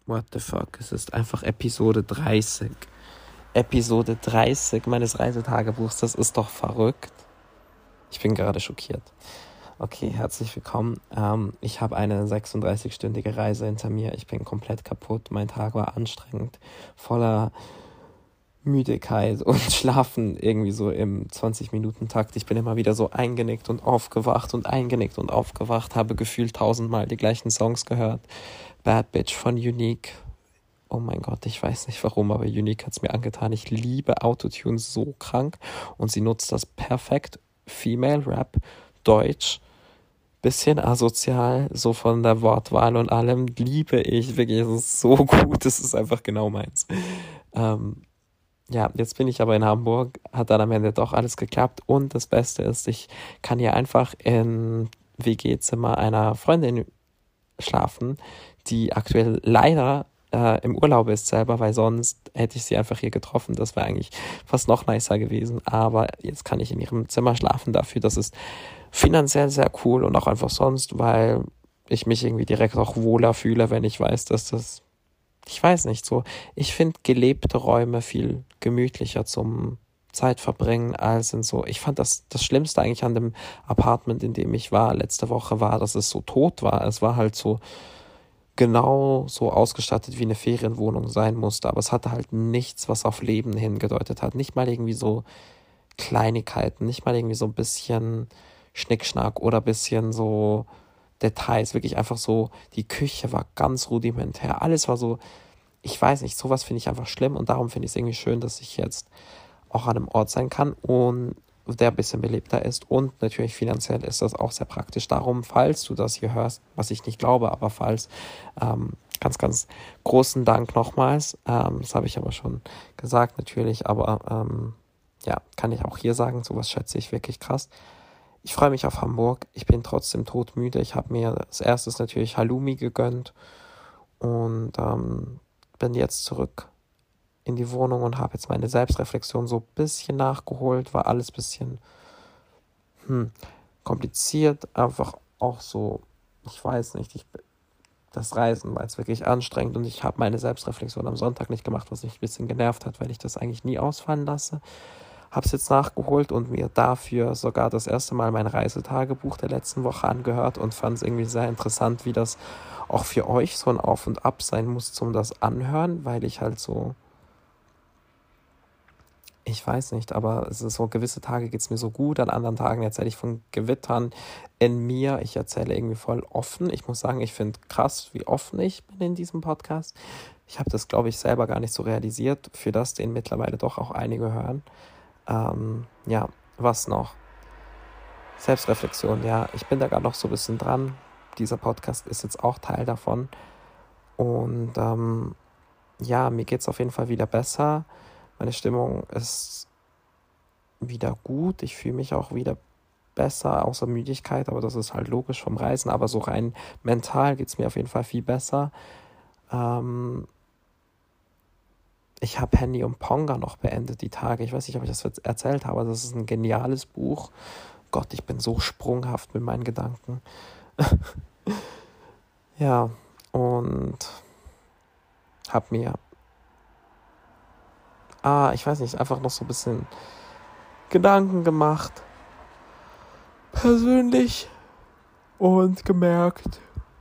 What the fuck? Es ist einfach Episode 30. Episode 30 meines Reisetagebuchs. Das ist doch verrückt. Ich bin gerade schockiert. Okay, herzlich willkommen. Ich habe eine 36-stündige Reise hinter mir. Ich bin komplett kaputt. Mein Tag war anstrengend, voller Müdigkeit und Schlafen irgendwie so im 20-Minuten-Takt. Ich bin immer wieder so eingenickt und aufgewacht und eingenickt und aufgewacht, habe gefühlt 1000-mal die gleichen Songs gehört. Bad Bitch von Unique. Oh mein Gott, ich weiß nicht warum, aber Unique hat es mir angetan. Ich liebe Autotune so krank und sie nutzt das perfekt. Female Rap, Deutsch, bisschen asozial, so von der Wortwahl und allem, liebe ich wirklich. Es ist so gut, es ist einfach genau meins. Ja, jetzt bin ich aber in Hamburg, hat dann am Ende doch alles geklappt und das Beste ist, ich kann hier einfach im WG-Zimmer einer Freundin schlafen, die aktuell leider im Urlaub ist selber, weil sonst hätte ich sie einfach hier getroffen. Das wäre eigentlich fast noch nicer gewesen. Aber jetzt kann ich in ihrem Zimmer schlafen dafür. Das ist finanziell sehr cool und auch einfach sonst, weil ich mich irgendwie direkt auch wohler fühle, wenn ich weiß, dass das, ich weiß nicht, so, ich finde gelebte Räume viel gemütlicher zum Zeitverbringen als in so, ich fand das Schlimmste eigentlich an dem Apartment, in dem ich war, letzte Woche war, dass es so tot war. Es war halt so genau so ausgestattet, wie eine Ferienwohnung sein musste, aber es hatte halt nichts, was auf Leben hingedeutet hat. Nicht mal irgendwie so Kleinigkeiten, nicht mal irgendwie so ein bisschen Schnickschnack oder ein bisschen so Details, wirklich einfach so, die Küche war ganz rudimentär, alles war so, ich weiß nicht, sowas finde ich einfach schlimm und darum finde ich es irgendwie schön, dass ich jetzt auch an einem Ort sein kann und der ein bisschen belebter ist und natürlich finanziell ist das auch sehr praktisch. Darum, falls du das hier hörst, was ich nicht glaube, aber falls, ganz, ganz großen Dank nochmals. Das habe ich aber schon gesagt natürlich, aber ja, kann ich auch hier sagen, sowas schätze ich wirklich krass. Ich freue mich auf Hamburg, ich bin trotzdem todmüde. Ich habe mir als erstes natürlich Halloumi gegönnt und bin jetzt zurück in die Wohnung und habe jetzt meine Selbstreflexion so ein bisschen nachgeholt, war alles ein bisschen kompliziert, einfach auch so, ich weiß nicht, das Reisen war jetzt wirklich anstrengend und ich habe meine Selbstreflexion am Sonntag nicht gemacht, was mich ein bisschen genervt hat, weil ich das eigentlich nie ausfallen lasse. Habe es jetzt nachgeholt und mir dafür sogar das erste Mal mein Reisetagebuch der letzten Woche angehört und fand es irgendwie sehr interessant, wie das auch für euch so ein Auf und Ab sein muss zum das Anhören, weil ich halt so, ich weiß nicht, aber es ist so, gewisse Tage geht es mir so gut, an anderen Tagen erzähle ich von Gewittern in mir. Ich erzähle irgendwie voll offen. Ich muss sagen, ich finde krass, wie offen ich bin in diesem Podcast. Ich habe das, glaube ich, selber gar nicht so realisiert, für das den mittlerweile doch auch einige hören. Ja, was noch? Selbstreflexion, ja, ich bin da gerade noch so ein bisschen dran. Dieser Podcast ist jetzt auch Teil davon. Und ja, mir geht es auf jeden Fall wieder besser. Meine Stimmung ist wieder gut. Ich fühle mich auch wieder besser, außer Müdigkeit, aber das ist halt logisch vom Reisen. Aber so rein mental geht es mir auf jeden Fall viel besser. Ich habe Handy und Ponga noch beendet die Tage. Ich weiß nicht, ob ich das erzählt habe. Das ist ein geniales Buch. Gott, ich bin so sprunghaft mit meinen Gedanken. Ja, und habe mir ich weiß nicht, einfach noch so ein bisschen Gedanken gemacht, persönlich, und gemerkt,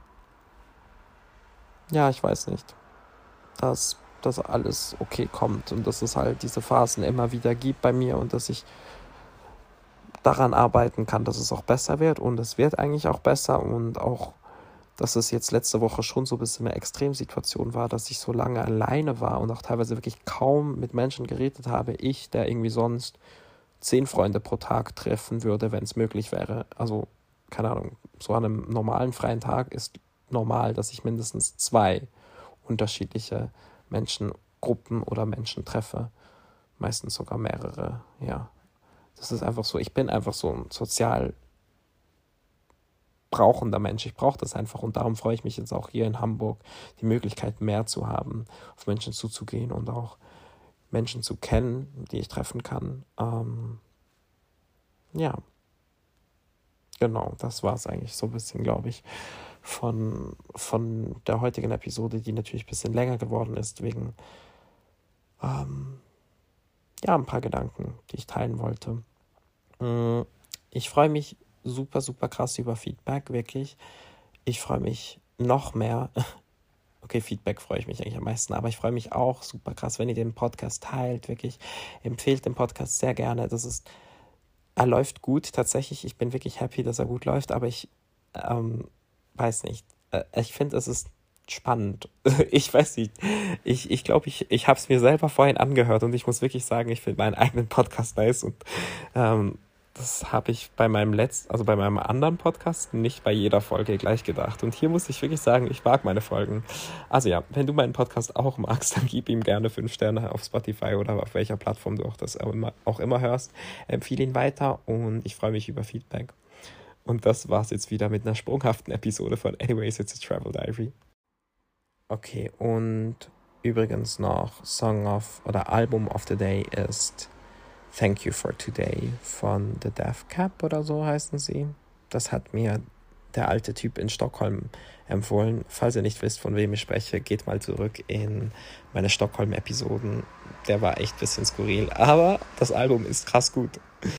ja, ich weiß nicht, dass das alles okay kommt und dass es halt diese Phasen immer wieder gibt bei mir und dass ich daran arbeiten kann, dass es auch besser wird und es wird eigentlich auch besser und auch, dass es jetzt letzte Woche schon so ein bisschen eine Extremsituation war, dass ich so lange alleine war und auch teilweise wirklich kaum mit Menschen geredet habe. Ich, der irgendwie sonst 10 Freunde pro Tag treffen würde, wenn es möglich wäre. Also, keine Ahnung, so an einem normalen freien Tag ist normal, dass ich mindestens 2 unterschiedliche Menschengruppen oder Menschen treffe. Meistens sogar mehrere, ja. Das ist einfach so, ich bin einfach so ein sozial brauchender Mensch. Ich brauche das einfach und darum freue ich mich jetzt auch hier in Hamburg, die Möglichkeit mehr zu haben, auf Menschen zuzugehen und auch Menschen zu kennen, die ich treffen kann. Ja, genau, das war es eigentlich so ein bisschen, glaube ich, von der heutigen Episode, die natürlich ein bisschen länger geworden ist, wegen ein paar Gedanken, die ich teilen wollte. Ich freue mich super, super krass über Feedback, wirklich. Ich freue mich noch mehr. Okay, Feedback freue ich mich eigentlich am meisten, aber ich freue mich auch super krass, wenn ihr den Podcast teilt, wirklich. Empfehlt den Podcast sehr gerne. Er läuft gut, tatsächlich. Ich bin wirklich happy, dass er gut läuft, aber ich weiß nicht. Ich finde, es ist spannend. Ich weiß nicht. Ich glaube, ich habe es mir selber vorhin angehört und ich muss wirklich sagen, ich finde meinen eigenen Podcast nice und das habe ich bei bei meinem anderen Podcast nicht bei jeder Folge gleich gedacht. Und hier muss ich wirklich sagen, ich mag meine Folgen. Also ja, wenn du meinen Podcast auch magst, dann gib ihm gerne 5 Sterne auf Spotify oder auf welcher Plattform du auch immer hörst. Empfehle ihn weiter und ich freue mich über Feedback. Und das war's jetzt wieder mit einer sprunghaften Episode von Anyways, It's a Travel Diary. Okay, und übrigens noch Album of the Day ist Thank You for Today von The Death Cab oder so heißen sie. Das hat mir der alte Typ in Stockholm empfohlen. Falls ihr nicht wisst, von wem ich spreche, geht mal zurück in meine Stockholm-Episoden. Der war echt ein bisschen skurril, aber das Album ist krass gut.